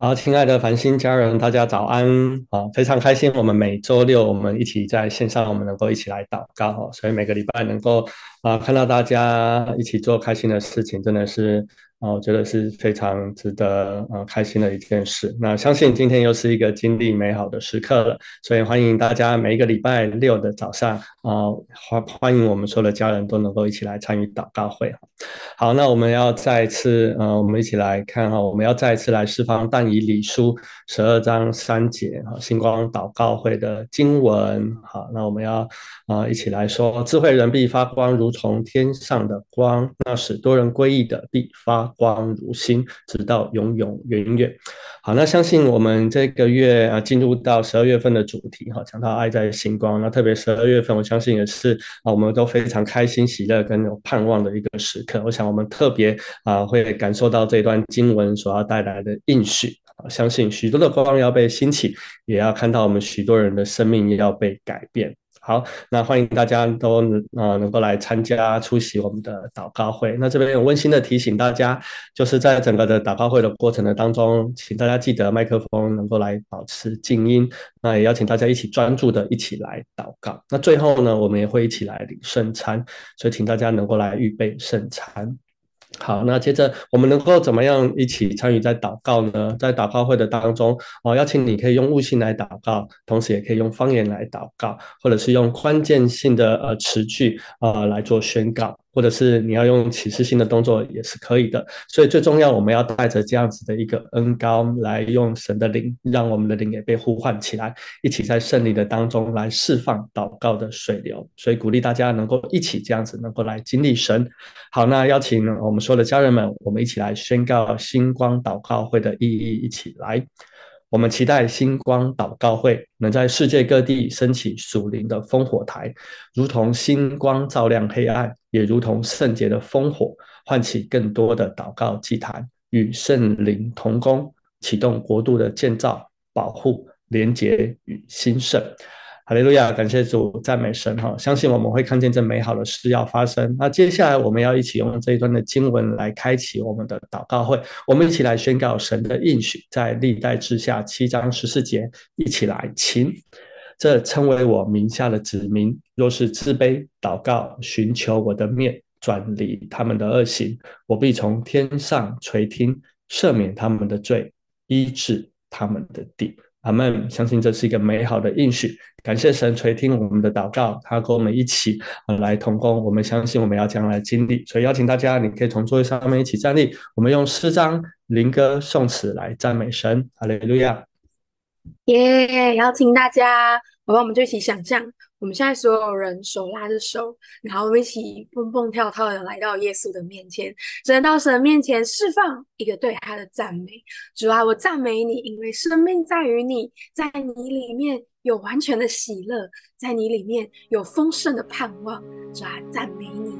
好，亲爱的繁星家人，大家早安！非常开心，我们每周六我们一起在线上，我们能够一起来祷告所以每个礼拜能够看到大家一起做开心的事情，真的是我觉得是非常值得开心的一件事。那相信今天又是一个经历美好的时刻了，所以欢迎大家每一个礼拜六的早上欢迎我们所有的家人都能够一起来参与祷告会。好，那我们要再一次，我们一起来看哈，我们要再一次来释放但以理书12章3节星光祷告会的经文。好，那我们要一起来说，智慧人必发光，如从天上的光；那使多人归义的必发光如星，直到永永远远。好，那相信我们这个月进入到12月份的主题哈，讲到爱在星光，那特别12月份，我相信也是我们都非常开心、喜乐跟有盼望的一个时刻。我想我们特别会感受到这段经文所要带来的应许。相信许多的光要被兴起，也要看到我们许多人的生命也要被改变。好，那欢迎大家都能够来参加出席我们的祷告会。那这边有温馨的提醒大家，就是在整个的祷告会的过程的当中，请大家记得麦克风能够来保持静音。那也邀请大家一起专注的一起来祷告。那最后呢，我们也会一起来领圣餐，所以请大家能够来预备圣餐。好，那接着我们能够怎么样一起参与在祷告呢？在祷告会的当中，邀请你可以用悟性来祷告，同时也可以用方言来祷告，或者是用关键性的词句来做宣告，或者是你要用启示性的动作也是可以的。所以最重要，我们要带着这样子的一个恩膏来用神的灵，让我们的灵也被呼唤起来，一起在圣灵的当中来释放祷告的水流。所以鼓励大家能够一起这样子，能够来经历神。好，那邀请我们所有的家人们，我们一起来宣告星光祷告会的意义，一起来。我们期待星光祷告会能在世界各地升起属灵的烽火台，如同星光照亮黑暗，也如同圣洁的烽火，唤起更多的祷告祭坛，与圣灵同工，启动国度的建造、保护、连结与兴盛。哈利路亚，感谢主，赞美神哈！相信我们会看见这美好的事要发生。那接下来我们要一起用这一段的经文来开启我们的祷告会，我们一起来宣告神的应许，在历代志下7章14节，一起来请。这称为我名下的子民，若是自卑祷告，寻求我的面，转离他们的恶行，我必从天上垂听，赦免他们的罪，医治他们的地。阿们，相信这是一个美好的应许，感谢神垂听我们的祷告，他跟我们一起来同工，我们相信我们要将来经历，所以邀请大家，你可以从座位上面一起站立，我们用诗章、灵歌、颂词来赞美神，哈利路亚。 邀请大家，宝宝，我们就一起想象，我们现在所有人手拉着手，然后我们一起蹦蹦跳跳的来到耶稣的面前，只能到神面前释放一个对他的赞美。主啊，我赞美你，因为生命在于你，在你里面有完全的喜乐，在你里面有丰盛的盼望。主啊，赞美你。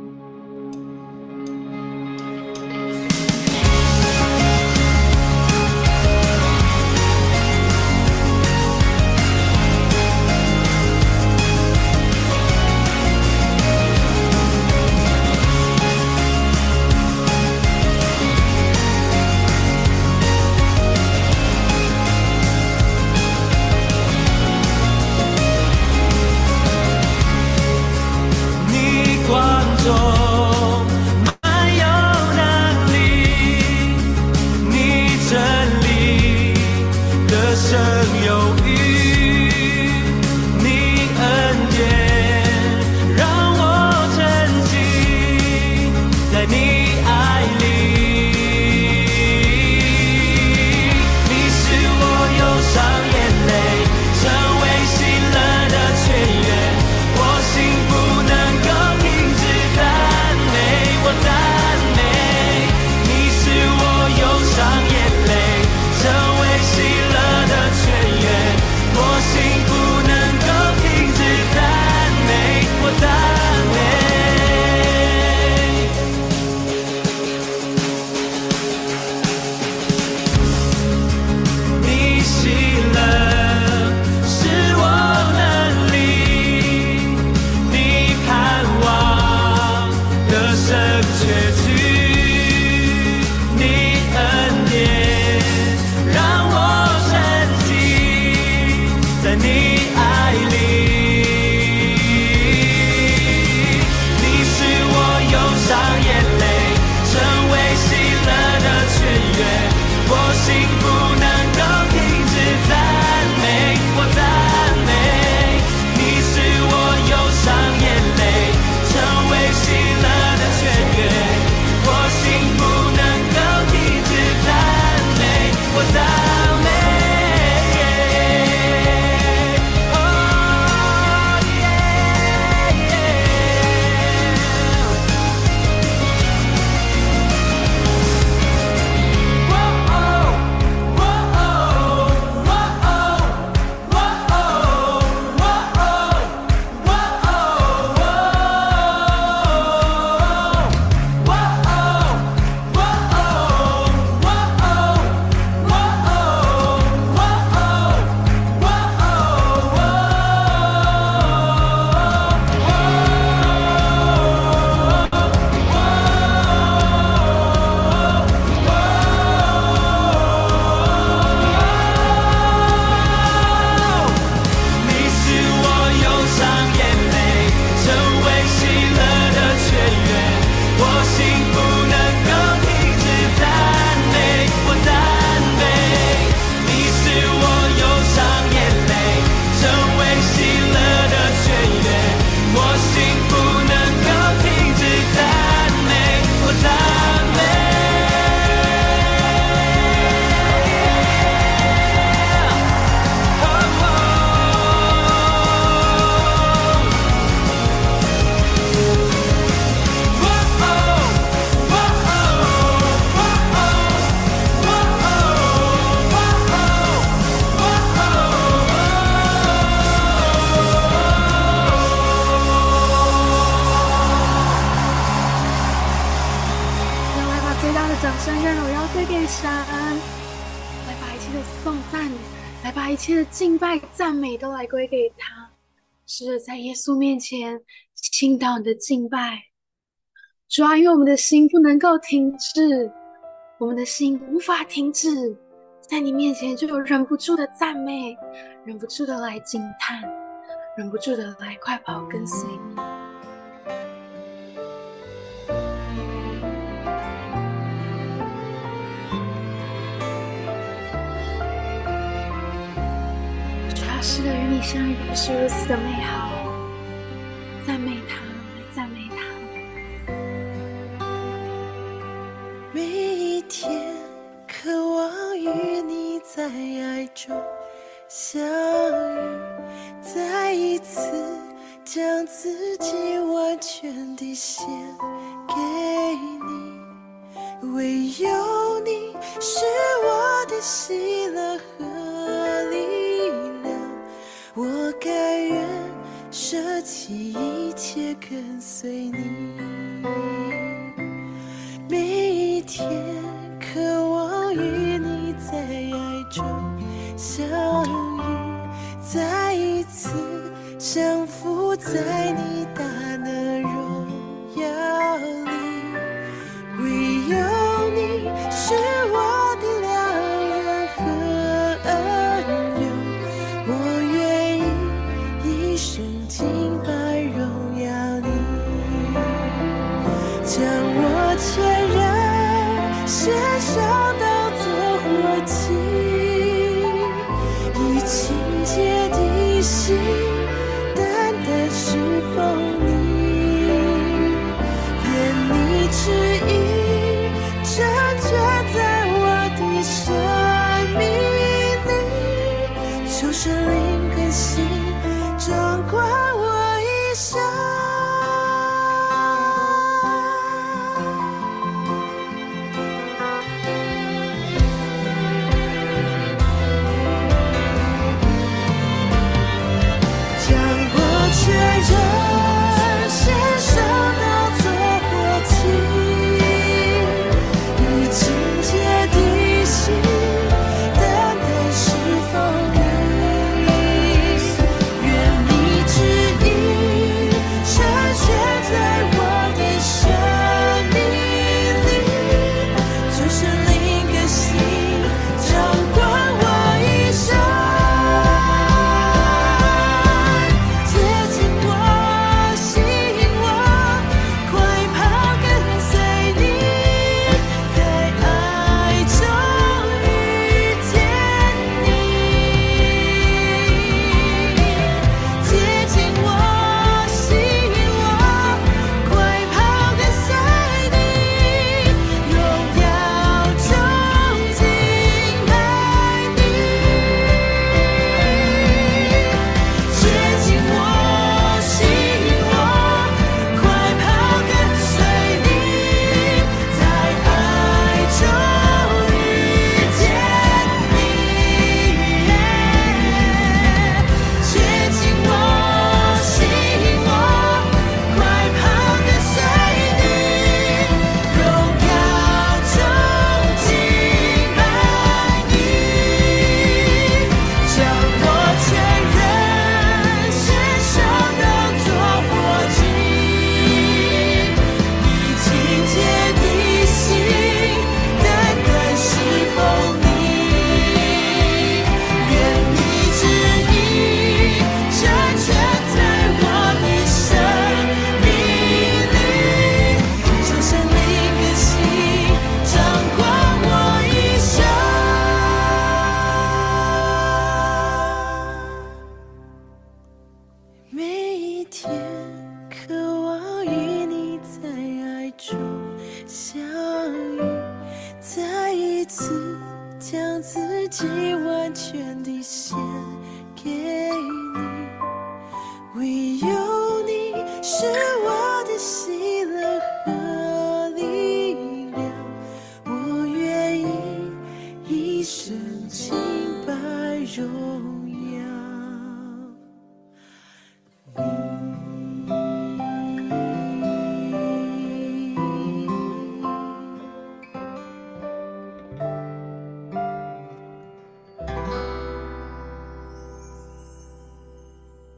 你关着来把一切的颂赞，来把一切的敬拜、赞美都来归给他。是在耶稣面前倾倒你的敬拜。主啊，因为我们的心不能够停止，我们的心无法停止，在你面前就有忍不住的赞美，忍不住的来惊叹，忍不住的来快跑跟随你。主啊，是的，与你相遇是如此的美好，赞美他，来赞美他。 每一天渴望与你在爱中相遇，再一次将自己完全地献给你，唯有你是我的喜乐和力量，我甘愿舍弃一切跟随你。每一天渴望与你在爱中相遇，再一次降服在你大能荣耀里，唯有你是我的良人和恩友，我愿意一生敬拜荣耀你，将我全然献上当作活祭，以清洁的心单单侍奉你，愿你旨意成全在我的生命里，求圣灵更新掌管我一生。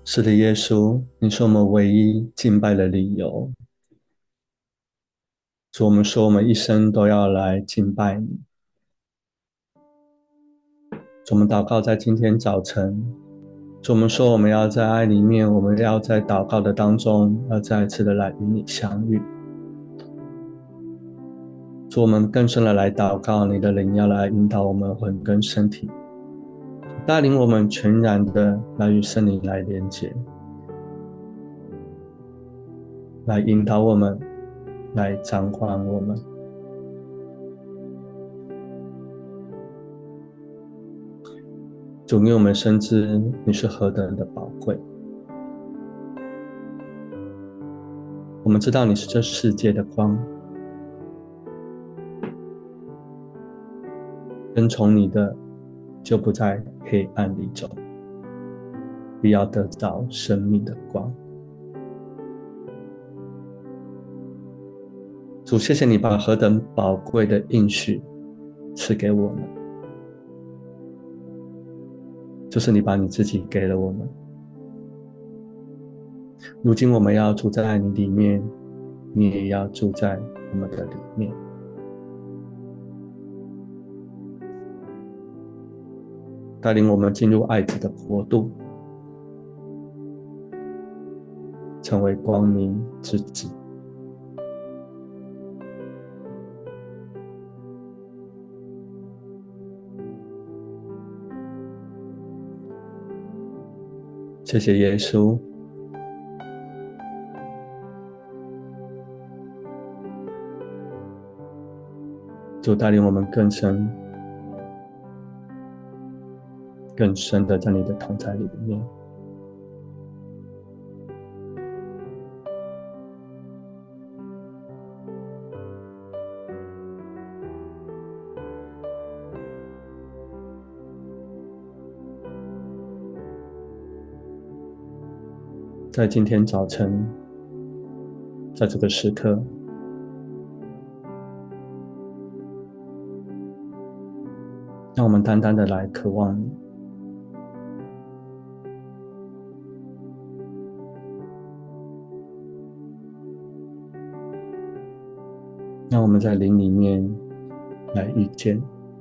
是的，耶稣，你是我们唯一敬拜的理由。主，我们说我们一生都要来敬拜你。主，我们祷告在今天早晨，主，我们说我们要在爱里面，我们要在祷告的当中，要再一次的来与你相遇。主，我们更深的来祷告，你的灵要来引导我们魂跟身体，带领我们全然的来与圣灵来连结，来引导我们，来掌管我们。主，因为我们深知你是何等的宝贵，我们知道你是这世界的光，跟从你的就不在黑暗里走，必要得到生命的光。主，谢谢你把何等宝贵的应许赐给我们，就是你把你自己给了我们。如今我们要住在你里面，你也要住在我们的里面。带领我们进入爱子的国度，成为光明之子。谢谢耶稣，主带领我们更深的在你的同在里面。在今天早晨，在这个时刻，让我们单单的来渴望你，让我们在灵里面来遇见。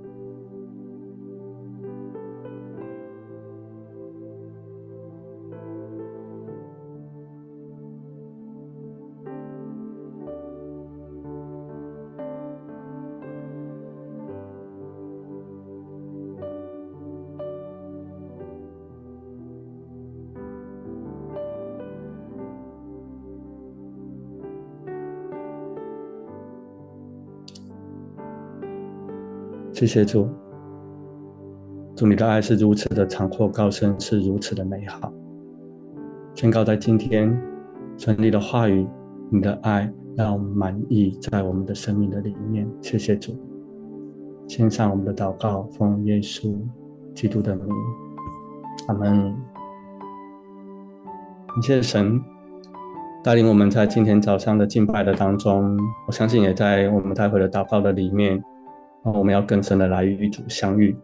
谢谢主，主你的爱是如此的长阔高深，是如此的美好。宣告在今天，神你的话语，你的爱要满溢在我们的生命的里面。谢谢主，献上我们的祷告，奉耶稣基督的名，阿们。谢谢神带领我们在今天早上的敬拜的当中，我相信也在我们待会的祷告的里面，我们要更深的来与主相遇。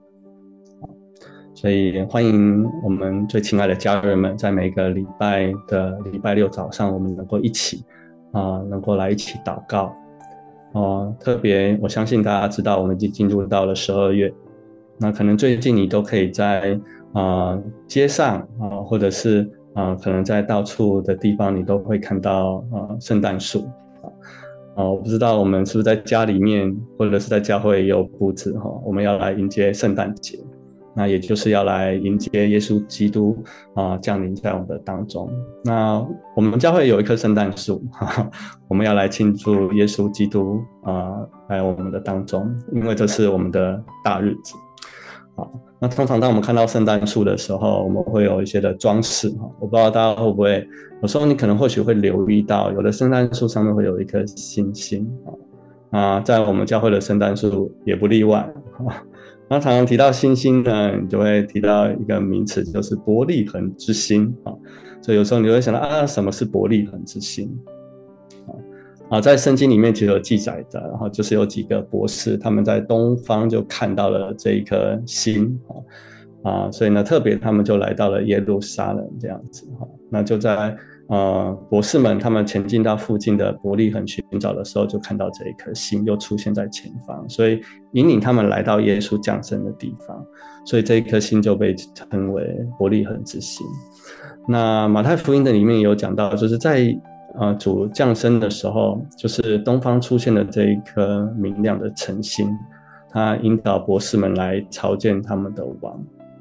所以欢迎我们最亲爱的家人们，在每个礼拜的礼拜六早上，我们能够一起能够来一起祷告。特别我相信大家知道，我们已经进入到了12月，那可能最近你都可以在街上或者是可能在到处的地方，你都会看到圣诞树。我不知道我们是不是在家里面或者是在教会也有布置我们要来迎接圣诞节，那也就是要来迎接耶稣基督降临在我们的当中。那我们教会有一棵圣诞树，我们要来庆祝耶稣基督来我们的当中，因为这是我们的大日子。那通常当我们看到圣诞树的时候，我们会有一些的装饰，我不知道大家会不会，有时候你可能或许会留意到，有的圣诞树上面会有一颗星星在我们教会的圣诞树也不例外。那常常提到星星呢，你就会提到一个名词，就是伯利恒之星所以有时候你会想到什么是伯利恒之星在圣经里面其实有记载的，然后就是有几个博士他们在东方就看到了这一颗星所以呢，特别他们就来到了耶路撒冷这样子那就在博士们他们前进到附近的伯利恒寻找的时候，就看到这一颗星又出现在前方，所以引领他们来到耶稣降生的地方，所以这一颗星就被称为伯利恒之星。那马太福音的里面有讲到，就是在主降生的时候，就是东方出现了这一颗明亮的晨星，他引导博士们来朝见他们的王，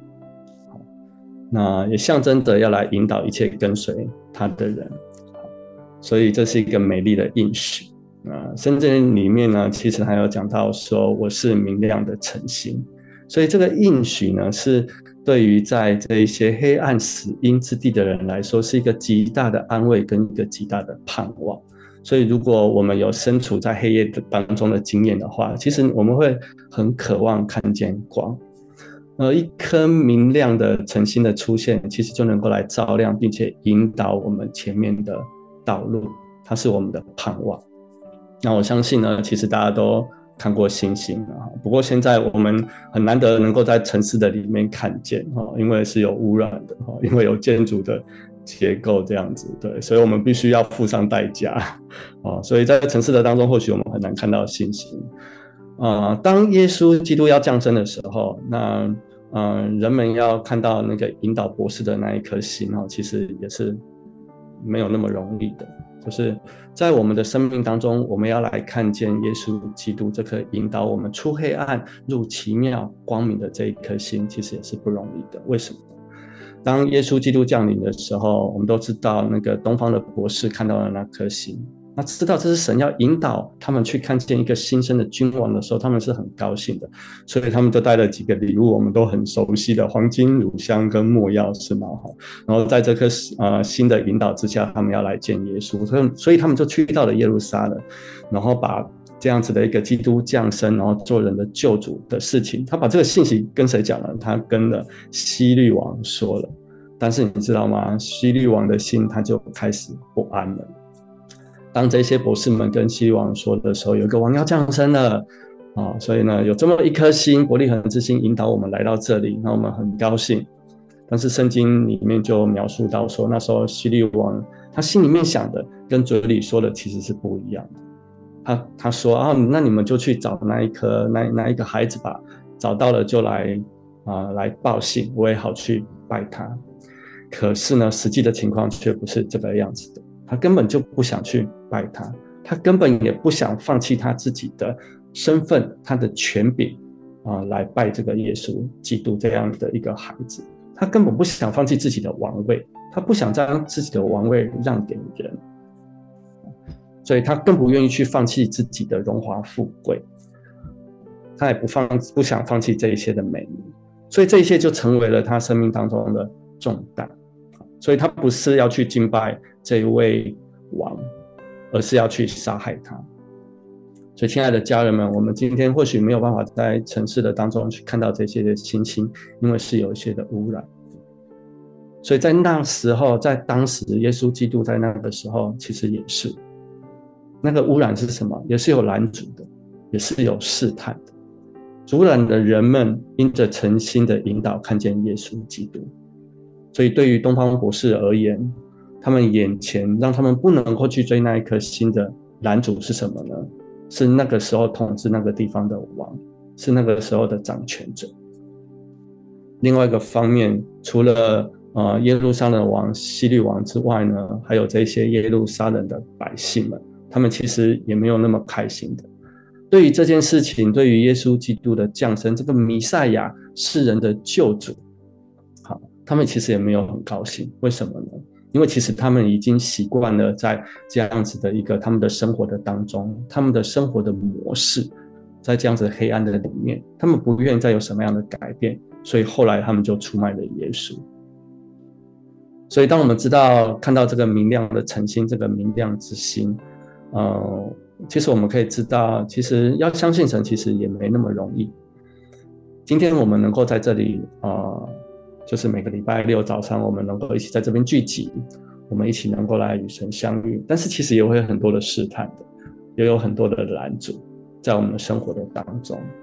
那也象征着要来引导一切跟随他的人，所以这是一个美丽的应许。圣经里面呢，其实还有讲到说我是明亮的晨星，所以这个应许呢，是对于在这一些黑暗死荫之地的人来说，是一个极大的安慰跟一个极大的盼望。所以如果我们有身处在黑夜当中的经验的话，其实我们会很渴望看见光。一颗明亮的晨星的出现，其实就能够来照亮并且引导我们前面的道路，它是我们的盼望。那我相信呢，其实大家都看过星星不过现在我们很难得能够在城市的里面看见因为是有污染的因为有建筑的结构这样子，对，所以我们必须要付上代价所以在城市的当中，或许我们很难看到星星。当耶稣基督要降生的时候，那人们要看到那个引导博士的那一颗星其实也是没有那么容易的。就是在我们的生命当中，我们要来看见耶稣基督这颗引导我们出黑暗入奇妙光明的这一颗星，其实也是不容易的。为什么？当耶稣基督降临的时候，我们都知道那个东方的博士看到了那颗星，那知道这是神要引导他们去看见一个新生的君王的时候，他们是很高兴的，所以他们就带了几个礼物，我们都很熟悉的黄金、乳香跟没药，是吗？然后在这颗新的引导之下，他们要来见耶稣，所以他们就去到了耶路撒冷，然后把这样子的一个基督降生，然后做人的救主的事情，他把这个信息跟谁讲了？他跟了希律王说了。但是你知道吗？希律王的心他就开始不安了。当这些博士们跟希律王说的时候，有一个王要降生了所以呢，有这么一颗星，伯利恒之星引导我们来到这里，那我们很高兴。但是圣经里面就描述到说，那时候希律王他心里面想的跟嘴里说的其实是不一样的。他说那你们就去找那一个孩子吧，找到了就来报信，我也好去拜他。可是呢，实际的情况却不是这个样子的。他根本就不想去拜他，他根本也不想放弃他自己的身份、他的权柄来拜这个耶稣基督这样的一个孩子。他根本不想放弃自己的王位，他不想将自己的王位让给人，所以他更不愿意去放弃自己的荣华富贵，他也不想放弃这一切的美名，所以这一切就成为了他生命当中的重担。所以他不是要去敬拜这一位王，而是要去杀害他。所以亲爱的家人们，我们今天或许没有办法在城市的当中去看到这些的星星，因为是有一些的污染。所以在那时候，在当时耶稣基督在那个时候其实也是，那个污染是什么？也是有拦阻的，也是有试探的，阻拦的人们因着诚心的引导看见耶稣基督。所以对于东方博士而言，他们眼前让他们不能够去追那一颗星的拦阻是什么呢？是那个时候统治那个地方的王，是那个时候的掌权者。另外一个方面，除了耶路撒冷王希律王之外呢，还有这些耶路撒冷的百姓们，他们其实也没有那么开心的。对于这件事情，对于耶稣基督的降生，这个弥赛亚世人的救主，他们其实也没有很高兴。为什么呢？因为其实他们已经习惯了在这样子的一个他们的生活的当中，他们的生活的模式在这样子黑暗的里面，他们不愿意再有什么样的改变，所以后来他们就出卖了耶稣。所以当我们看到这个明亮的晨星，这个明亮之星，其实我们可以知道，其实要相信神其实也没那么容易。今天我们能够在这里就是每个礼拜六早上我们能够一起在这边聚集，我们一起能够来与神相遇，但是其实也会有很多的试探的，也有很多的拦阻在我们的生活的当中。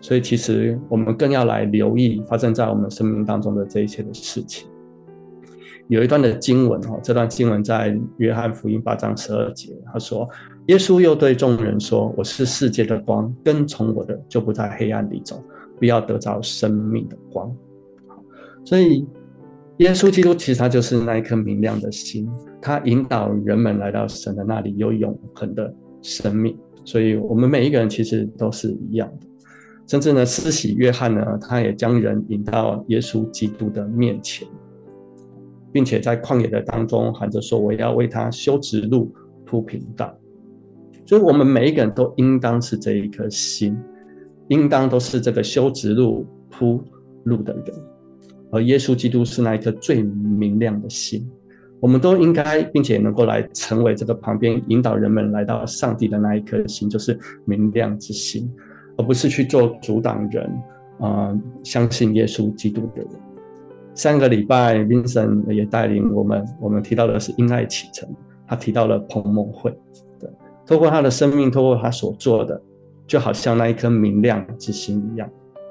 所以其实我们更要来留意发生在我们生命当中的这一切的事情。有一段的经文，这段经文在约翰福音8章12节，他说耶稣又对众人说，我是世界的光，跟从我的就不在黑暗里走，必要得着生命的光。所以耶稣基督其实他就是那一颗明亮的心，他引导人们来到神的那里，有永恒的生命。所以我们每一个人其实都是一样的，甚至呢，施洗约翰呢，他也将人引到耶稣基督的面前，并且在旷野的当中喊着说，我要为他修直路，铺平道。所以我们每一个人都应当是这一颗心，应当都是这个修直路铺路的人，而耶稣基督是那一颗最明亮的心。我们都应该并且能够来成为这个旁边引导人们来到上帝的那一颗心，就是明亮之心，而不是去做阻挡人相信耶稣基督的人。3个礼拜 Vincent 也带领我们提到的是因爱启程，他提到了彭蒙会，对，透过他的生命，透过他所做的，就好像那一颗明亮之心一样。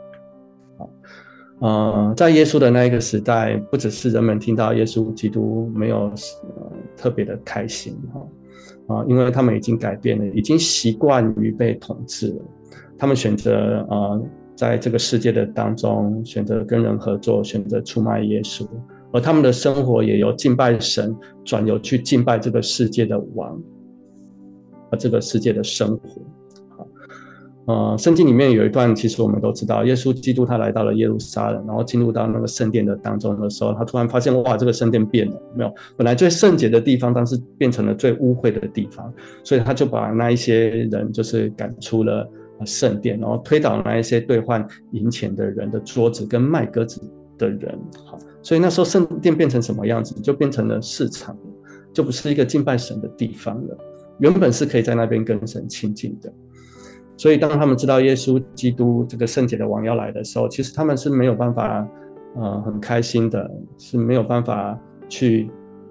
在耶稣的那一个时代，不只是人们听到耶稣基督没有特别的开心，因为他们已经改变了，已经习惯于被统治了。他们选择在这个世界的当中选择跟人合作，选择出卖耶稣，而他们的生活也由敬拜神转由去敬拜这个世界的王，这个世界的生活。圣经里面有一段，其实我们都知道，耶稣基督他来到了耶路撒冷，然后进入到那个圣殿的当中的时候，他突然发现，哇，这个圣殿变了，没有，本来最圣洁的地方，但是变成了最污秽的地方，所以他就把那一些人就是赶出了圣殿，然后推倒那一些兑换银钱的人的桌子跟卖鸽子的人。所以那时候圣殿变成什么样子，就变成了市场，就不是一个敬拜神的地方了，原本是可以在那边跟神亲近的。所以当他们知道耶稣基督这个圣洁的王要来的时候，其实他们是没有办法很开心的，是没有办法去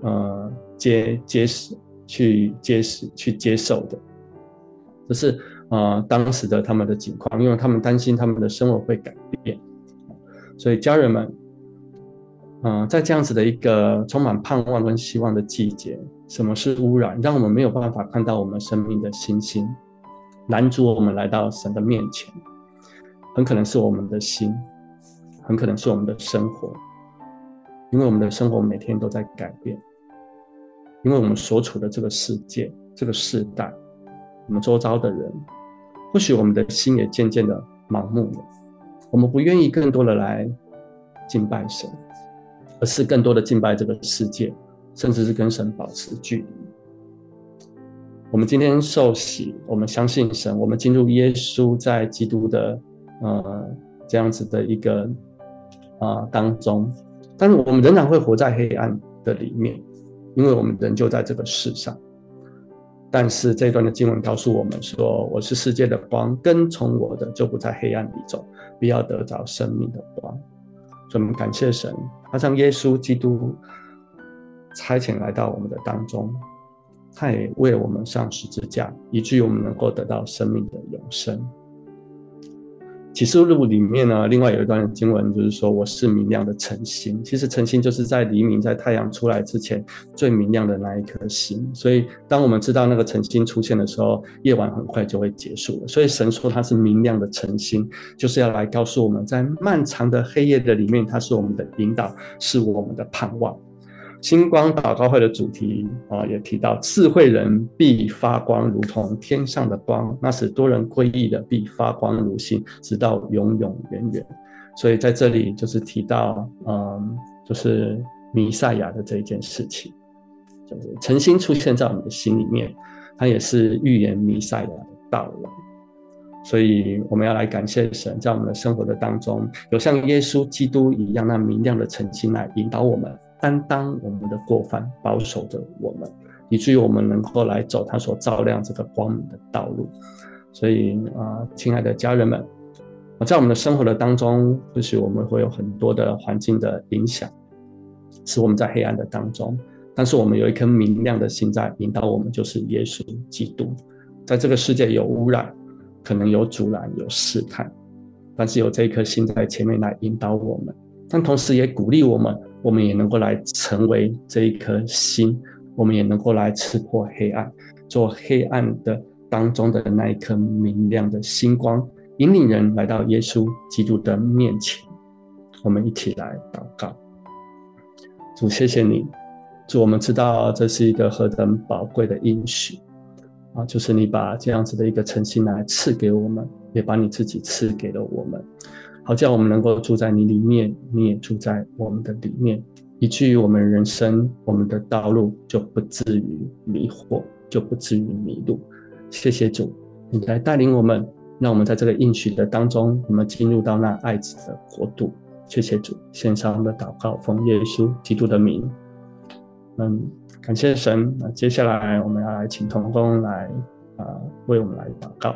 接受的。这是当时的他们的境况，因为他们担心他们的生活会改变。所以家人们在这样子的一个充满盼望跟希望的季节，什么是污染？让我们没有办法看到我们生命的星星，拦阻我们来到神的面前，很可能是我们的心，很可能是我们的生活，因为我们的生活每天都在改变，因为我们所处的这个世界，这个世代，我们周遭的人，或许我们的心也渐渐的盲目了，我们不愿意更多的来敬拜神，而是更多的敬拜这个世界，甚至是跟神保持距离。我们今天受洗，我们相信神，我们进入耶稣在基督的这样子的一个当中，但是我们仍然会活在黑暗的里面，因为我们仍旧在这个世上。但是这一段的经文告诉我们说，我是世界的光，跟从我的就不在黑暗里走，必要得着生命的光。所以我们感谢神，他将耶稣基督差遣来到我们的当中，他也为我们上十字架，以至于我们能够得到生命的永生。启示录里面呢，另外有一段经文就是说，我是明亮的晨星。其实晨星就是在黎明，在太阳出来之前最明亮的那一颗星。所以当我们知道那个晨星出现的时候，夜晚很快就会结束了。所以神说它是明亮的晨星，就是要来告诉我们，在漫长的黑夜的里面，它是我们的引导，是我们的盼望。星光祷告会的主题也提到，智慧人必发光，如同天上的光，那使多人归义的必发光如星，直到永永远远。所以在这里就是提到就是弥赛亚的这一件事情，就是晨星出现在我们的心里面，它也是预言弥赛亚的到来。所以我们要来感谢神，在我们的生活的当中，有像耶稣基督一样那明亮的晨星来引导我们，担当我们的过犯，保守着我们，以至于我们能够来走他所照亮这个光明的道路。所以亲爱的家人们，在我们的生活的当中，或许我们会有很多的环境的影响，使我们在黑暗的当中，但是我们有一颗明亮的心在引导我们，就是耶稣基督。在这个世界有污染，可能有阻拦，有试探， 但是有这一颗心在前面来引导我们，但同时也鼓励我们，我们也能够来成为这一颗心，我们也能够来刺破黑暗，做黑暗的当中的那一颗明亮的星光，引领人来到耶稣基督的面前。我们一起来祷告。主，谢谢你，主，我们知道这是一个何等宝贵的应许啊，就是你把这样子的一个诚心来赐给我们，也把你自己赐给了我们，好叫我们能够住在你里面，你也住在我们的里面，以至于我们人生，我们的道路就不至于迷惑，就不至于迷路。谢谢主，你来带领我们，让我们在这个应许的当中，我们进入到那爱子的国度。谢谢主，献上我们的祷告，奉耶稣基督的名。感谢神。接下来我们要来请同工来为我们来祷告。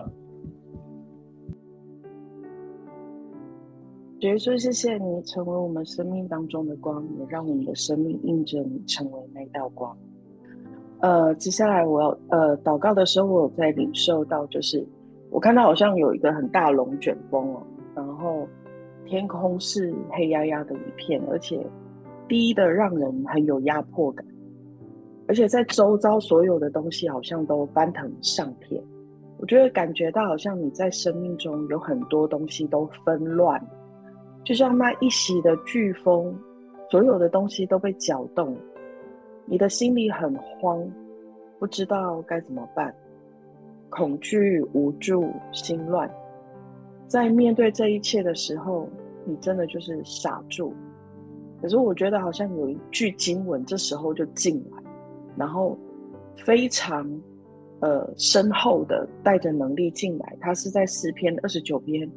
耶稣，谢谢你成为我们生命当中的光，也让我们的生命印着你成为那道光。接下来我要祷告的时候，我有在领受到，就是我看到好像有一个很大龙卷风哦，然后天空是黑压压的一片，而且低的让人很有压迫感，而且在周遭所有的东西好像都翻腾上天。我觉得感觉到好像你在生命中有很多东西都纷乱，就像那一袭的飓风，所有的东西都被搅动，你的心里很慌，不知道该怎么办，恐惧、无助、心乱。在面对这一切的时候，你真的就是傻住。可是我觉得好像有一句经文这时候就进来，然后非常深厚的带着能力进来。他是在诗篇29篇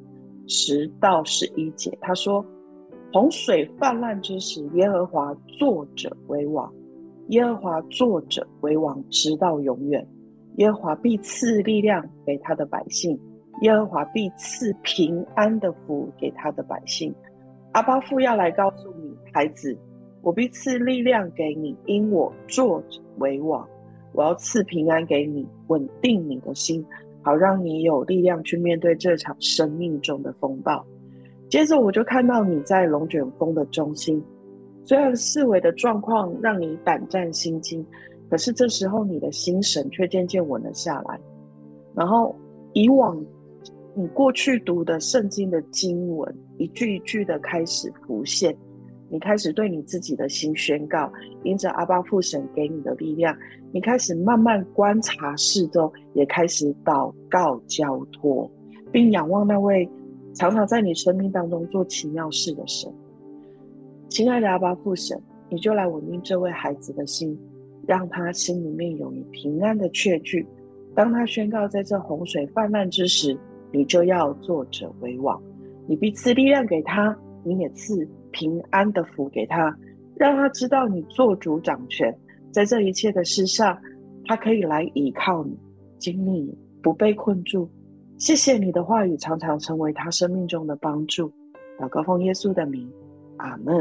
10到11节，他说：洪水泛滥之时，耶和华坐着为王，耶和华坐着为王直到永远。耶和华必赐力量给他的百姓，耶和华必赐平安的福给他的百姓。阿爸父要来告诉你，孩子，我必赐力量给你，因我坐着为王。我要赐平安给你，稳定你的心，好让你有力量去面对这场生命中的风暴。接着我就看到你在龙卷风的中心，虽然四围的状况让你胆战心惊，可是这时候你的心神却渐渐稳了下来。然后以往你过去读的圣经的经文一句一句的开始浮现，你开始对你自己的心宣告，因着阿爸父神给你的力量，你开始慢慢观察四周，也开始祷告交托，并仰望那位常常在你生命当中做奇妙事的神。亲爱的阿爸父神，你就来稳定这位孩子的心，让他心里面有你平安的确据。当他宣告在这洪水泛滥之时，你就要坐着为王，你必赐力量给他，你也赐平安的福给他，让他知道你做主掌权，在这一切的事上，他可以来依靠你，经历你，不被困住。谢谢你的话语常常成为他生命中的帮助。祷告奉耶稣的名，阿们。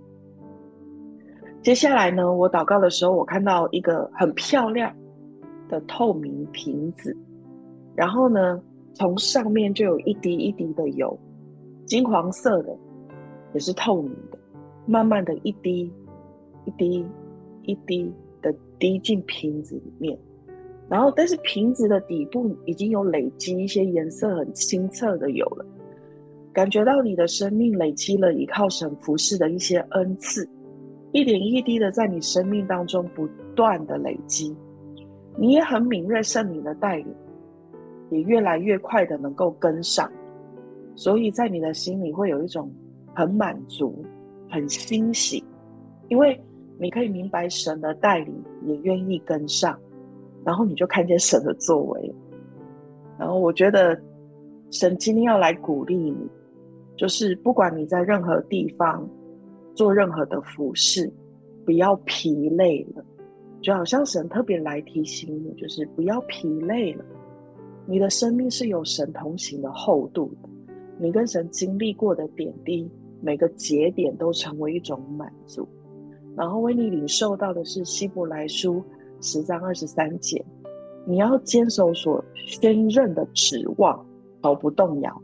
接下来呢，我祷告的时候，我看到一个很漂亮的透明瓶子，然后呢，从上面就有一滴一滴的油，金黄色的，也是透明的，慢慢的一滴一滴一滴的滴进瓶子里面。然后但是瓶子的底部已经有累积一些颜色很清澈的油了，感觉到你的生命累积了依靠神服事的一些恩赐，一点一滴的在你生命当中不断的累积。你也很敏锐圣灵的带领，也越来越快的能够跟上，所以在你的心里会有一种很满足很欣喜，因为你可以明白神的带领，也愿意跟上，然后你就看见神的作为。然后我觉得神今天要来鼓励你，就是不管你在任何地方做任何的服事，不要疲累了，就好像神特别来提醒你，就是不要疲累了。你的生命是有神同行的厚度的，你跟神经历过的点滴，每个节点都成为一种满足。然后为你领受到的是希伯来书10章23节，你要坚守所宣认的指望，毫不动摇，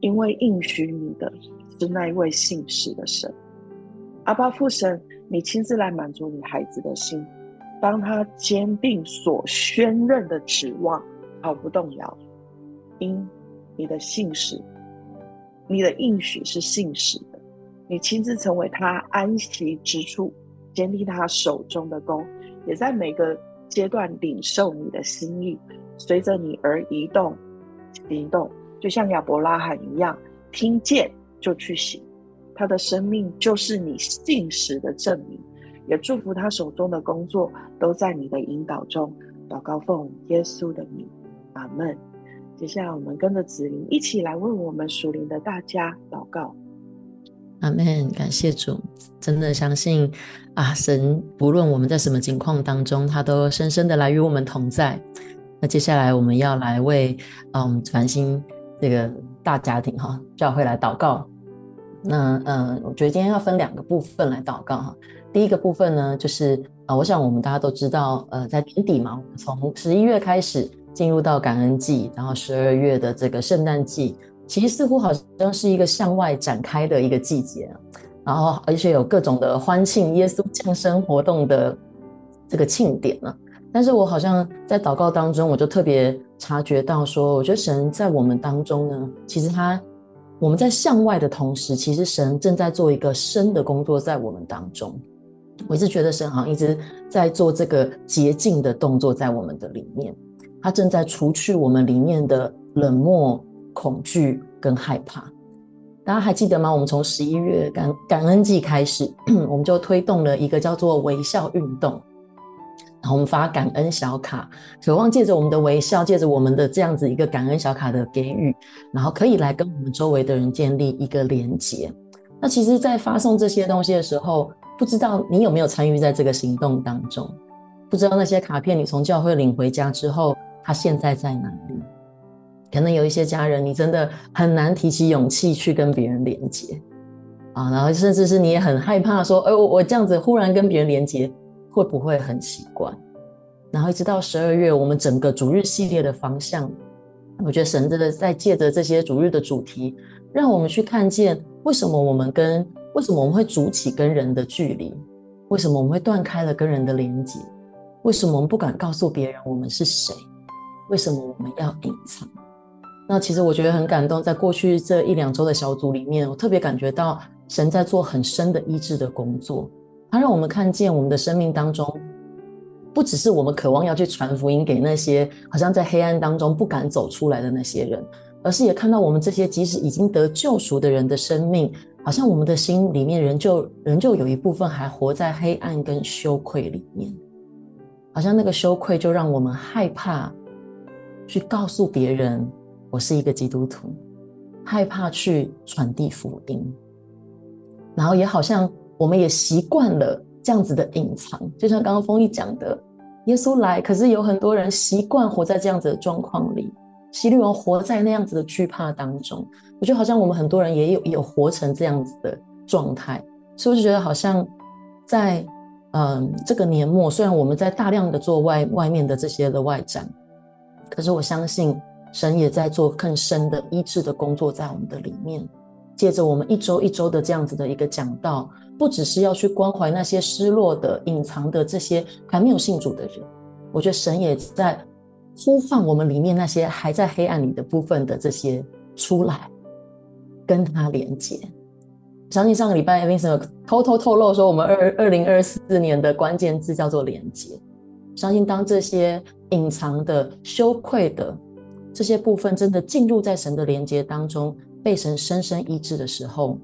因为应许你的是那一位信实的神。阿爸父神，你亲自来满足你孩子的心，当他坚定所宣认的指望，毫不动摇，因你的信实，你的应许是信实的，你亲自成为他安息之处，坚定他手中的弓，也在每个阶段领受你的心意，随着你而移动行动，就像亚伯拉罕一样，听见就去行。他的生命就是你信实的证明，也祝福他手中的工作都在你的引导中。祷告奉耶稣的名，阿们。接下来我们跟着子琳一起来为我们属灵的大家祷告。 阿们，感谢主，真的相信神不论我们在什么情况当中，他都深深的来与我们同在。那接下来我们要来为繁星这个大家庭教会来祷告。那我觉得今天要分2个部分来祷告第一个部分呢，就是我想我们大家都知道，在年底嘛，我们从11月开始进入到感恩季，然后12月的这个圣诞季，其实似乎好像是一个向外展开的一个季节然后而且有各种的欢庆耶稣降生活动的这个庆典但是我好像在祷告当中，我就特别察觉到说，我觉得神在我们当中呢，其实我们在向外的同时，其实神正在做一个深的工作在我们当中。我一直觉得神好像一直在做这个洁净的动作在我们的里面，他正在除去我们里面的冷漠、恐惧跟害怕。大家还记得吗？我们从11月感恩季开始我们就推动了一个叫做微笑运动，然后我们发感恩小卡，渴望借着我们的微笑，借着我们的这样子一个感恩小卡的给予，然后可以来跟我们周围的人建立一个连结。那其实在发送这些东西的时候，不知道你有没有参与在这个行动当中，不知道那些卡片你从教会领回家之后，它现在在哪里。可能有一些家人你真的很难提起勇气去跟别人连结然后甚至是你也很害怕说我这样子忽然跟别人连结会不会很奇怪。然后一直到12月我们整个主日系列的方向，我觉得神真的在借着这些主日的主题，让我们去看见为什么我们会筑起跟人的距离，为什么我们会断开了跟人的连结，为什么我们不敢告诉别人我们是谁，为什么我们要隐藏。那其实我觉得很感动，在过去这1-2周的小组里面，我特别感觉到神在做很深的医治的工作。他让我们看见我们的生命当中，不只是我们渴望要去传福音给那些好像在黑暗当中不敢走出来的那些人，而是也看到我们这些即使已经得救赎的人的生命，好像我们的心里面仍旧有一部分还活在黑暗跟羞愧里面，好像那个羞愧就让我们害怕去告诉别人我是一个基督徒，害怕去传递福音，然后也好像我们也习惯了这样子的隐藏，就像刚刚丰毅讲的，耶稣来，可是有很多人习惯活在这样子的状况里，习惯活在那样子的惧怕当中。我觉得好像我们很多人也有活成这样子的状态，所以我就觉得好像在这个年末，虽然我们在大量的做外面的这些的外展，可是我相信神也在做更深的医治的工作在我们的里面。借着我们一周一周的这样子的一个讲道，不只是要去关怀那些失落的隐藏的这些还没有信主的人，我觉得神也在呼唤我们里面那些还在黑暗里的部分的这些出来跟他连结。相信上个礼拜 Vincent 有偷偷透露说，我们2024年的关键字叫做连结。相信当这些隐藏的羞愧的这些部分真的进入在神的连结当中，被神深深医治的时候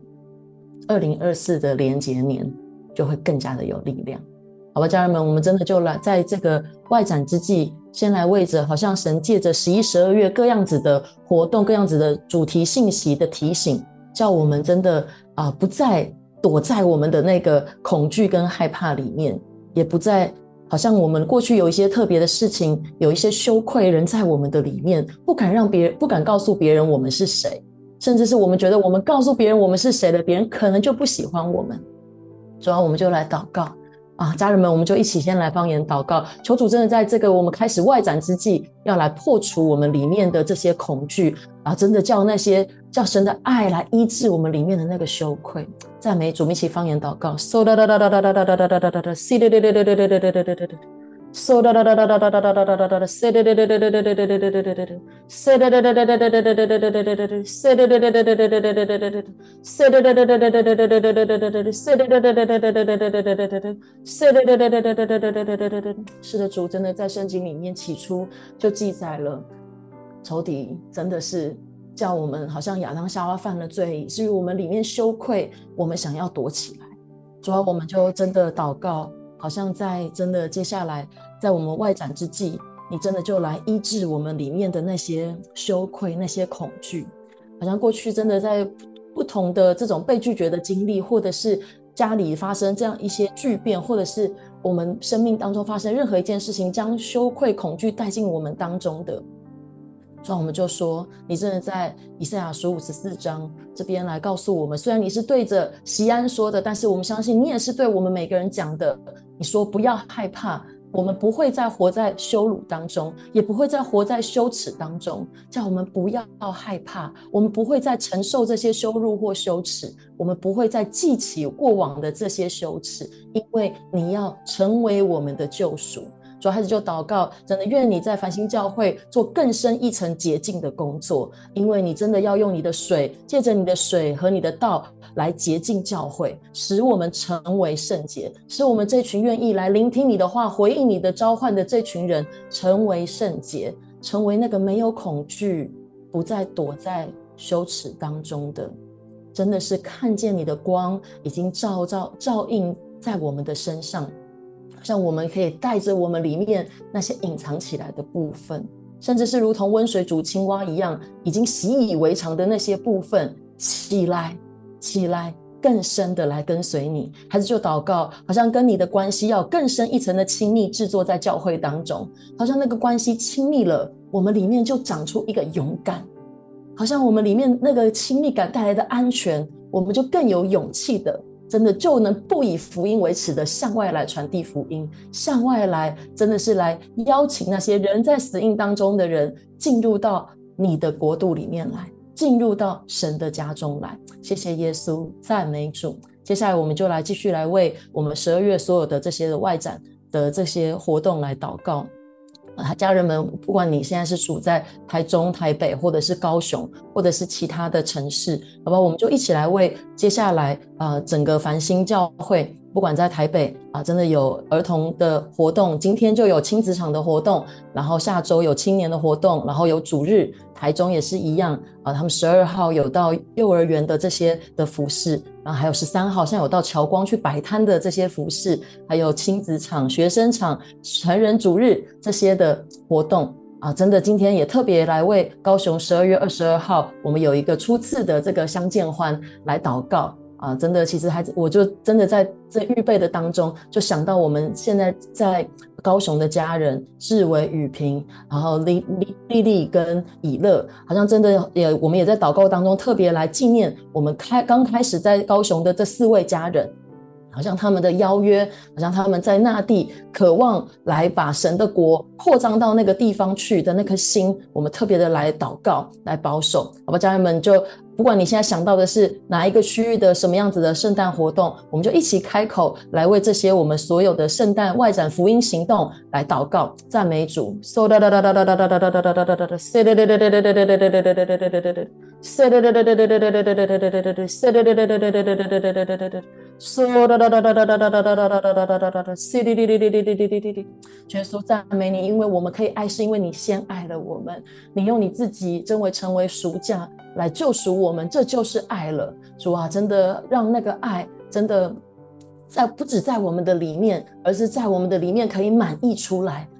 ，2024的连结年就会更加的有力量。好吧，家人们，我们真的就来在这个外展之际，先来为着好像神借着11、12月各样子的活动，各样子的主题信息的提醒，叫我们真的不再躲在我们的那个恐惧跟害怕里面，也不再好像我们过去有一些特别的事情，有一些羞愧人在我们的里面，不敢告诉别人我们是谁，甚至是我们觉得我们告诉别人我们是谁了，别人可能就不喜欢我们。主要我们就来祷告家人们，我们就一起先来方言祷告，求主真的在这个我们开始外展之际，要来破除我们里面的这些恐惧，真的叫神的爱来医治我们里面的那个羞愧。赞美主，我们一起方言祷告。So da da da da da da da da da da da da say da da da da da da da da da da da say da da da da da da da da da da da say da da da da da da da da da da say da da da da da da da da da da say da da da da da da da da da say da da da da da da da da da da 是的，主真的在圣经里面起初就记载了，仇敌真的是叫我们好像亚当夏娃犯了罪，以至于我们里面羞愧，我们想要躲起来。主要我们就真的祷告，好像在真的接下来在我们外展之际，你真的就来医治我们里面的那些羞愧，那些恐惧。好像过去真的在不同的这种被拒绝的经历，或者是家里发生这样一些巨变，或者是我们生命当中发生任何一件事情，将羞愧恐惧带进我们当中的，所以我们就说，你真的在以赛亚书54章这边来告诉我们，虽然你是对着西安说的，但是我们相信你也是对我们每个人讲的。你说不要害怕，我们不会再活在羞辱当中，也不会再活在羞耻当中，叫我们不要害怕，我们不会再承受这些羞辱或羞耻，我们不会再记起过往的这些羞耻，因为你要成为我们的救赎。主要孩子就祷告，真的愿你在繁星教会做更深一层洁净的工作，因为你真的要用你的水，借着你的水和你的道来洁净教会，使我们成为圣洁，使我们这群愿意来聆听你的话，回应你的召唤的这群人成为圣洁，成为那个没有恐惧，不再躲在羞耻当中的，真的是看见你的光已经照映在我们的身上，像我们可以带着我们里面那些隐藏起来的部分，甚至是如同温水煮青蛙一样已经习以为常的那些部分，起来更深的来跟随你。孩子就祷告，好像跟你的关系要更深一层的亲密制作在教会当中，好像那个关系亲密了，我们里面就长出一个勇敢，好像我们里面那个亲密感带来的安全，我们就更有勇气的，真的就能不以福音为耻的向外来传递福音，向外来真的是来邀请那些人在死荫当中的人进入到你的国度里面来，进入到神的家中来。谢谢耶稣，赞美主。接下来我们就来继续来为我们12月所有的这些的外展的这些活动来祷告。家人们，不管你现在是处在台中、台北，或者是高雄，或者是其他的城市，好吧，我们就一起来为接下来整个繁星教会，不管在台北真的有儿童的活动，今天就有亲子场的活动，然后下周有青年的活动，然后有主日，台中也是一样他们12号有到幼儿园的这些的服事，然后还有13号现在有到侨光去摆摊的这些服事，还有亲子场、学生场、成人主日这些的活动真的今天也特别来为高雄12月22号我们有一个初次的这个相见欢来祷告真的其实我就真的在这预备的当中就想到我们现在在高雄的家人志伟、雨萍，然后丽丽跟以乐，好像真的我们也在祷告当中特别来纪念我们刚开始在高雄的这4位家人，好像他们的邀约，好像他们在那地渴望来把神的国扩张到那个地方去的那颗心，我们特别的来祷告，来保守。好吧，家人们，就不管你现在想到的是哪一个区域的什么样子的圣诞活动，我们就一起开口来为这些我们所有的圣诞外展福音行动来祷告，赞美主。耶稣赞美你，因为我们可以爱，是因为你先爱了我们，你用你自己真为成为赎价来救赎我们，这就是爱了。主啊，真的让那个爱真的不只在我们的里面，而是在我们的里面可以满溢出来，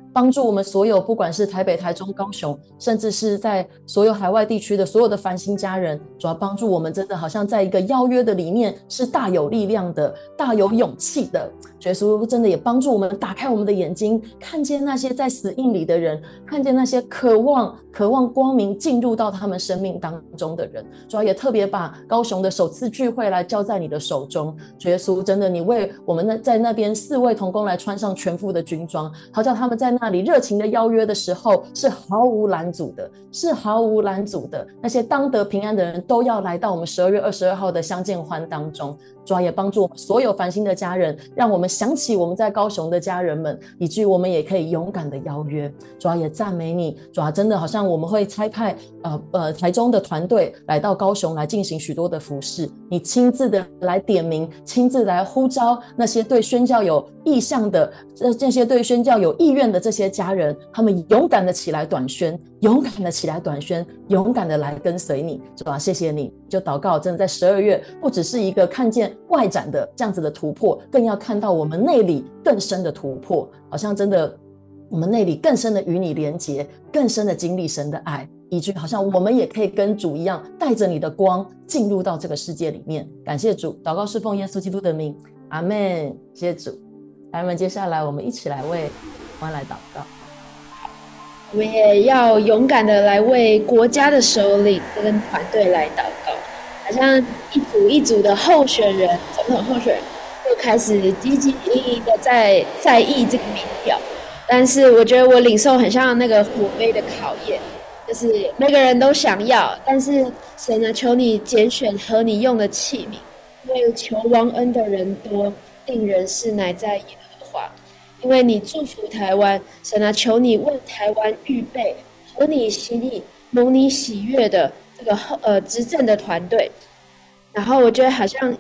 帮助我们所有不管是台北、台中、高雄，甚至是在所有海外地区的所有的繁星家人，主要帮助我们真的好像在一个邀约的里面是大有力量的，大有勇气的。耶稣真的也帮助我们打开我们的眼睛，看见那些在死荫里的人，看见那些渴望光明进入到他们生命当中的人。主要也特别把高雄的首次聚会来交在你的手中。耶稣真的你为我们在那边4位同工来穿上全副的军装，好叫他们在那里热情的邀约的时候是毫无拦阻的，是毫无拦阻的。那些当得平安的人都要来到我们12月22号的相见欢当中。主要也帮助我们所有繁星的家人，让我们想起我们在高雄的家人们，以至于我们也可以勇敢的邀约。主要也赞美你，主要真的好像我们会差派台中的团队来到高雄来进行许多的服事，你亲自的来点名，亲自来呼召那些对宣教有意向的这些对宣教有意愿的这些家人，他们勇敢的起来短宣，勇敢的起来短宣，勇敢的来跟随你。主啊，谢谢你，就祷告真的在12月不只是一个看见外展的这样子的突破，更要看到我们内里更深的突破，好像真的我们内里更深的与你连结，更深的经历神的爱，以至于好像我们也可以跟主一样带着你的光进入到这个世界里面。感谢主，祷告侍奉耶稣基督的名，阿们。谢谢主。来，我们接下来我们一起来为湾来祷告。 我们也要勇敢的来为国家的首领跟团队来祷告，好像一组一组的候选人，总统候选人就开始积极的在意这个民调，但是我觉得我领受很像那个火杯的考验，就是每个人都想要，但是神啊，求你拣选合你用的器皿，因为求王恩的人多，定人事乃在耶和华。因为你祝福台湾，神啊，求你为台湾预备合你心意、蒙你喜悦的这个执政的团队。然后我觉得好像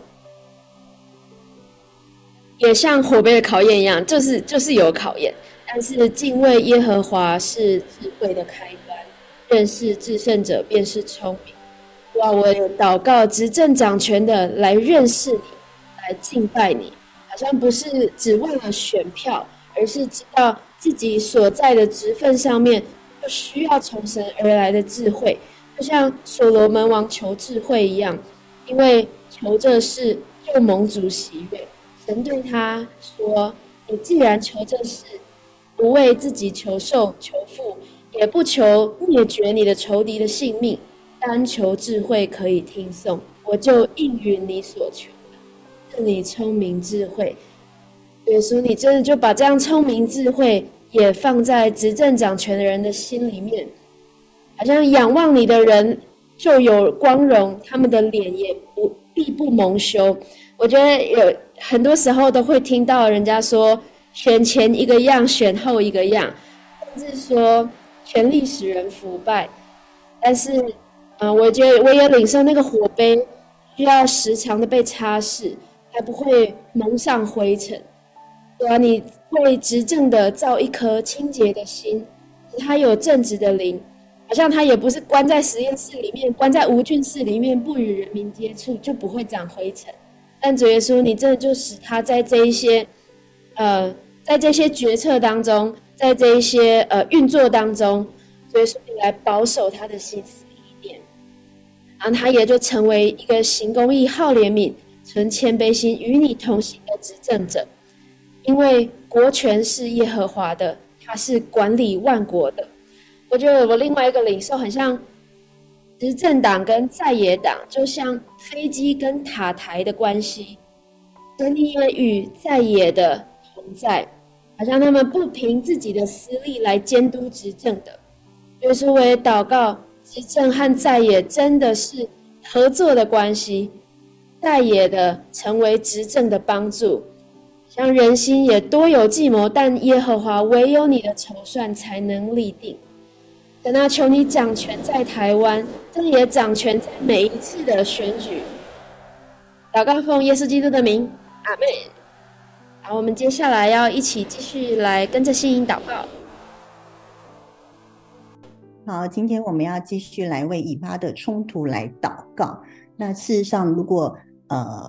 也像火杯的考验一样，就是有考验，但是敬畏耶和华是智慧的开端，认识至圣者便是聪明。哇！我祷告执政掌权的来认识你，来敬拜你。好像不是只为了选票，而是知道自己所在的职分上面就需要从神而来的智慧，就像所罗门王求智慧一样，因为求这事就蒙主喜悦。神对他说：“你既然求这事，不为自己求寿求富，也不求灭绝你的仇敌的性命，单求智慧可以听颂，我就应允你所求。”赐你聪明智慧，耶稣，你真的就把这样聪明智慧也放在执政掌权的人的心里面，好像仰望你的人就有光荣，他们的脸也必不蒙羞。我觉得有很多时候都会听到人家说选前一个样，选后一个样，甚至说权力使人腐败。但是，我觉得我也领受那个火杯，需要时常的被擦拭。才不会蒙上灰尘。对啊，你为执政的造一颗清洁的心，他有正直的灵，好像他也不是关在实验室里面，关在无菌室里面，不与人民接触，就不会长灰尘。但主耶稣，你真的就使他在这一些决策当中，在这一些运作当中，主耶稣你来保守他的心思意念，然后他也就成为一个行公义、好怜悯、存谦卑心与你同行的执政者。因为国权是耶和华的，他是管理万国的。我觉得我另外一个领受很像执政党跟在野党，就像飞机跟塔台的关系，神你也与在野的同在，好像他们不凭自己的私利来监督执政的。就是我也祷告执政和在野真的是合作的关系，在野的成为执政的帮助，像人心也多有计谋，但耶和华唯有你的筹算才能立定。等到求你掌权在台湾，这也掌权在每一次的选举。祷告奉耶稣基督的名，阿们。好，我们接下来要一起继续来跟着信音祷告。 好，今天我们要继续来为以巴的冲突来祷告。那事实上，如果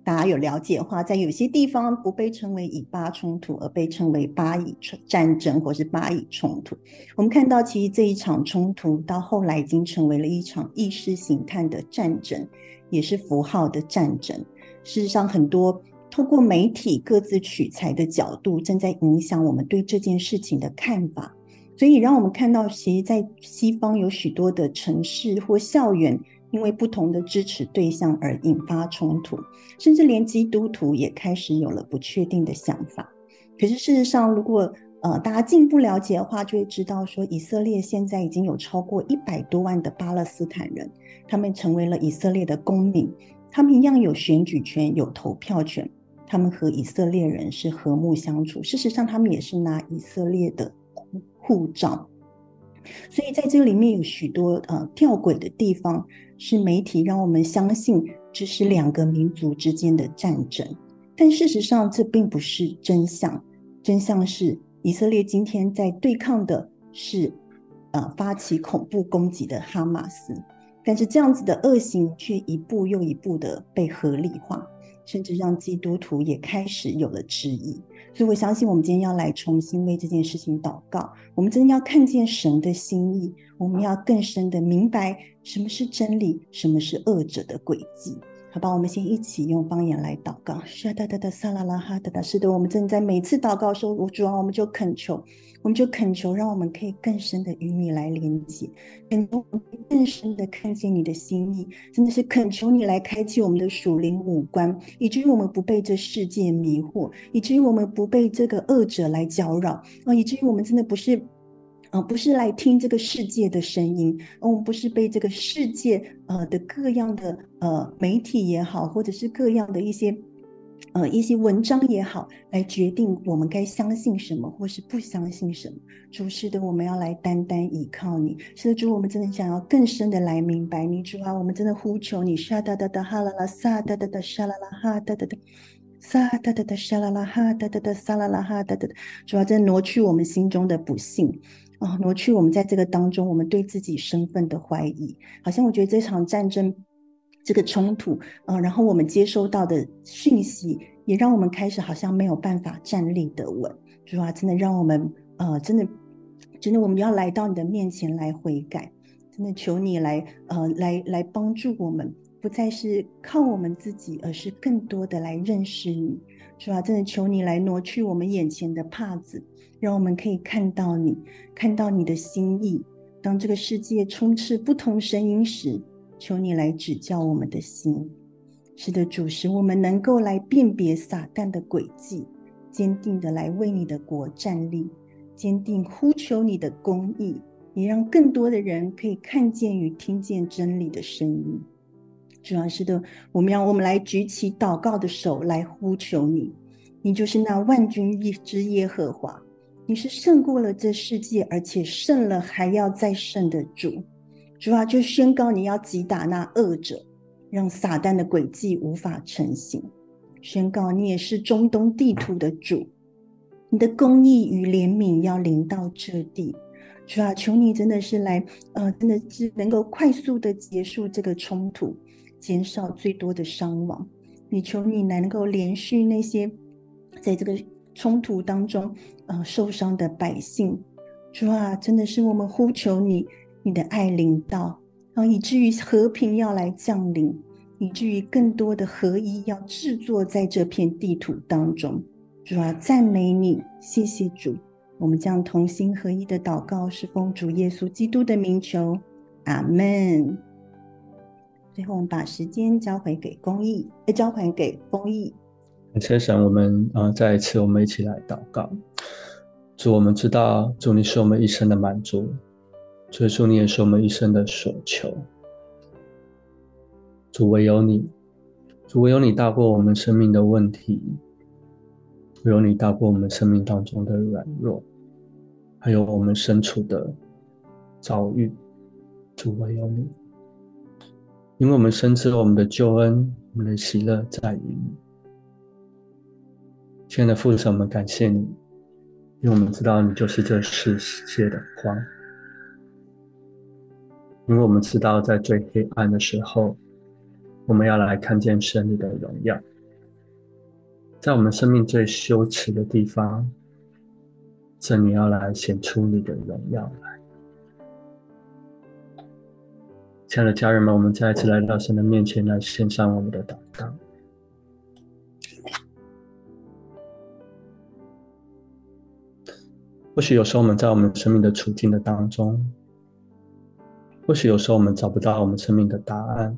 大家有了解的话，在有些地方不被称为以巴冲突，而被称为巴以战争或是巴以冲突。我们看到其实这一场冲突到后来已经成为了一场意识形态的战争，也是符号的战争。事实上，很多透过媒体各自取材的角度正在影响我们对这件事情的看法，所以让我们看到其实在西方有许多的城市或校园因为不同的支持对象而引发冲突，甚至连基督徒也开始有了不确定的想法。可是事实上，如果大家进一步了解的话，就会知道说以色列现在已经有超过100多万的巴勒斯坦人，他们成为了以色列的公民，他们一样有选举权，有投票权，他们和以色列人是和睦相处，事实上他们也是拿以色列的护照。所以在这里面有许多吊诡的地方，是媒体让我们相信这是2个民族之间的战争，但事实上这并不是真相。真相是以色列今天在对抗的是发起恐怖攻击的哈马斯，但是这样子的恶行却一步又一步的被合理化，甚至让基督徒也开始有了质疑。所以我相信我们今天要来重新为这件事情祷告，我们真的要看见神的心意，我们要更深的明白什么是真理，什么是恶者的诡计。好吧，我们先一起用方言来祷告。是的，我们正在每次祷告的时候，主啊，我们就恳求，让我们可以更深的与你来连接，更深的看见你的心意，真的是恳求你来开启我们的属灵五官，以至于我们不被这世界迷惑，以至于我们不被这个恶者来搅扰，以至于我们真的不是来听这个世界的声音，我们不是被这个世界的各样的媒体也好，或者是各样的一些文章也好，来决定我们该相信什么或是不相信什么。主，是的，我们要来单单依靠你。是的，主，我们真的想要更深的来明白你。主啊，我们真的呼求你，沙哒哒哒哈啦啦，撒哒哒哒沙啦啦哈哒哒哒，撒哒哒哒沙啦啦哈哒哒哒撒啦啦哈哒哒哒。主啊，真的挪去我们心中的不信。挪去我们在这个当中我们对自己身份的怀疑。好像我觉得这场战争这个冲突然后我们接收到的讯息也让我们开始好像没有办法站立得稳。主啊，真的让我们真的我们要来到你的面前来悔改，真的求你来帮助我们，不再是靠我们自己，而是更多的来认识你。主啊，真的求你来挪去我们眼前的帕子，让我们可以看到你，看到你的心意。当这个世界充斥不同声音时，求你来指教我们的心。是的，主，使我们能够来辨别撒旦的诡计，坚定的来为你的国站立，坚定呼求你的公义，也让更多的人可以看见与听见真理的声音。主啊，是的，我们来举起祷告的手来呼求你。你就是那万军之耶和华，你是胜过了这世界，而且胜了还要再胜的主。主啊，就宣告你要击打那恶者，让撒旦的诡计无法成型。宣告你也是中东地图的主，你的公义与怜悯要临到这地。主啊，求你真的是来真的是能够快速的结束这个冲突，减少最多的伤亡。你求你能够连续那些在这个冲突当中受伤的百姓。主啊，真的是我们呼求你，你的爱临到，以至于和平要来降临，以至于更多的合一要制作在这片地图当中。主啊，赞美你，谢谢主。我们将同心合一的祷告是奉主耶稣基督的名求，阿们。最后我们把时间交还给公义。 感谢神，我们再一次我们一起来祷告。主，我们知道主你是我们一生的满足，主耶稣你也是我们一生的所求。主，唯有你大过我们生命的问题，唯有你大过我们生命当中的软弱，还有我们身处的遭遇。主，唯有你，因为我们深知我们的救恩，我们的喜乐在于你。亲爱的父神，我们感谢你，因为我们知道你就是这世界的光，因为我们知道在最黑暗的时候，我们要来看见神你的荣耀。 在我们生命最羞耻的地方，这你要来显出你的荣耀来。亲爱的家人们，我们再一次来到神的面前，来献上我们的祷告。或许有时候我们在我们生命的处境的当中，或许有时候我们找不到我们生命的答案，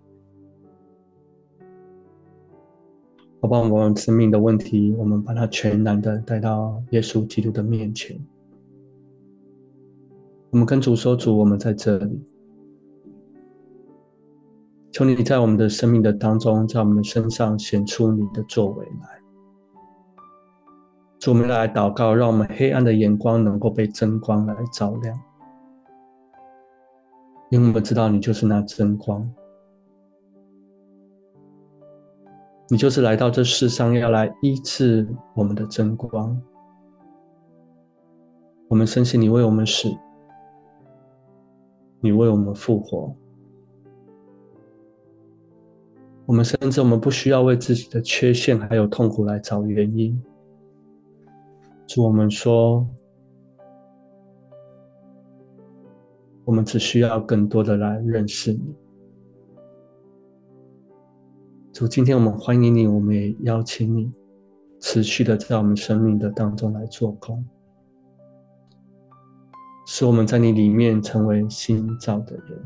好吧，我们生命的问题，我们把它全然的带到耶稣基督的面前。我们跟主说，主，我们在这里，求你在我们的生命的当中，在我们的身上显出你的作为来。主，我们来祷告，让我们黑暗的眼光能够被真光来照亮，因为我们知道你就是那真光，你就是来到这世上要来医治我们的真光。我们深信你为我们死，你为我们复活。我们甚至我们不需要为自己的缺陷还有痛苦来找原因。主，我们说，我们只需要更多的来认识你。主，今天我们欢迎你，我们也邀请你持续的在我们生命的当中来做工，使我们在你里面成为新造的人。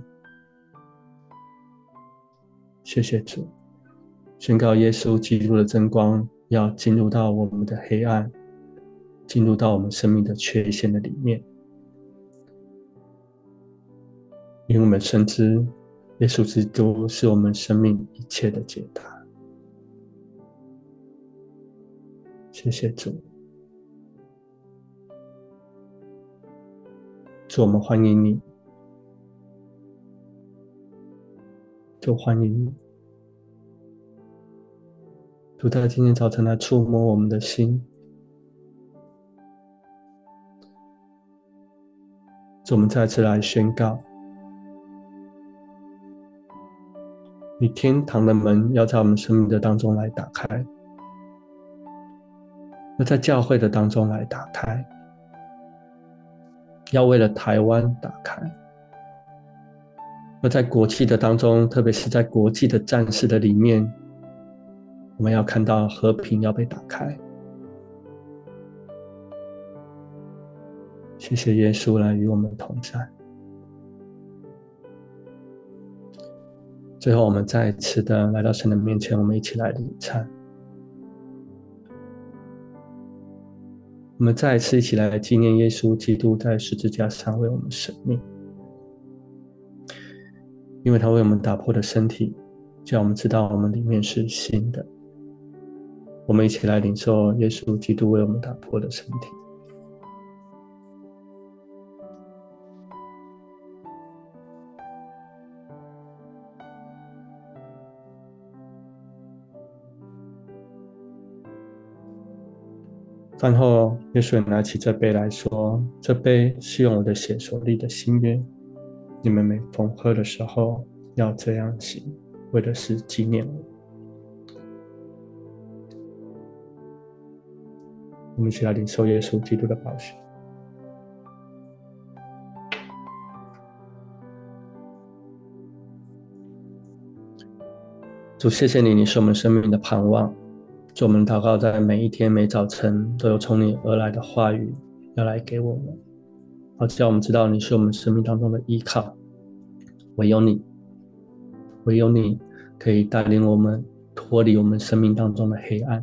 谢谢主，宣告耶稣基督的真光要进入到我们的黑暗，进入到我们生命的缺陷的里面，因为我们深知耶稣基督是我们生命一切的解答。谢谢主，主，我们欢迎你，主，欢迎你，主，在今天早晨来触摸我们的心。主，我们再次来宣告，你天堂的门要在我们生命的当中来打开，要在教会的当中来打开，要为了台湾打开，要在国际的当中，特别是在国际的战事的里面，我们要看到和平要被打开。谢谢耶稣来与我们同在。最后，我们再一次的来到神的面前，我们一起来领餐。我们再一次一起来纪念耶稣基督在十字架上为我们舍命，因为他为我们打破的身体，叫我们知道我们里面是新的。我们一起来领受耶稣基督为我们打破的身体。饭后，耶稣拿起这杯来说：“这杯是用我的血所立的新约，你们每逢喝的时候要这样行，为的是纪念我。”我们一起来领受耶稣基督的宝血。主，谢谢你，你是我们生命的盼望。主，我们祷告，在每一天每早晨都有从你而来的话语要来给我们，好叫我们知道你是我们生命当中的依靠。唯有你可以带领我们脱离我们生命当中的黑暗，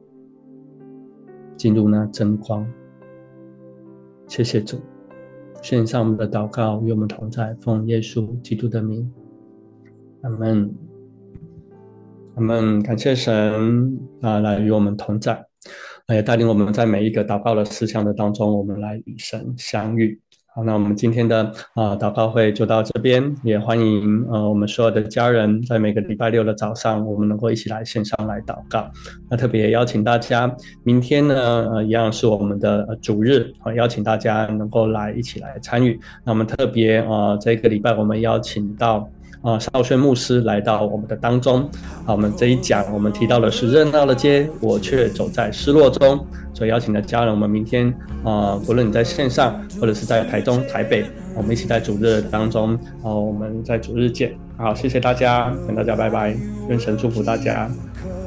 进入那真光。谢谢主，献上我们的祷告，与我们同在，奉耶稣基督的名，阿们。我们感谢神来与我们同在，也带领我们在每一个祷告的事项的当中，我们来与神相遇。好，那我们今天的祷告会就到这边，也欢迎我们所有的家人在每个礼拜六的早上，我们能够一起来线上来祷告。那特别邀请大家，明天呢一样是我们的主日，邀请大家能够来一起来参与。那我们特别这个礼拜我们邀请到少轩牧师来到我们的当中。我们这一讲我们提到的是热闹的街，我却走在失落中。所以邀请的家人，我们明天不论你在线上或者是在台中、台北，我们一起在主日当中，我们在主日见。好，谢谢大家，跟大家拜拜，愿神祝福大家。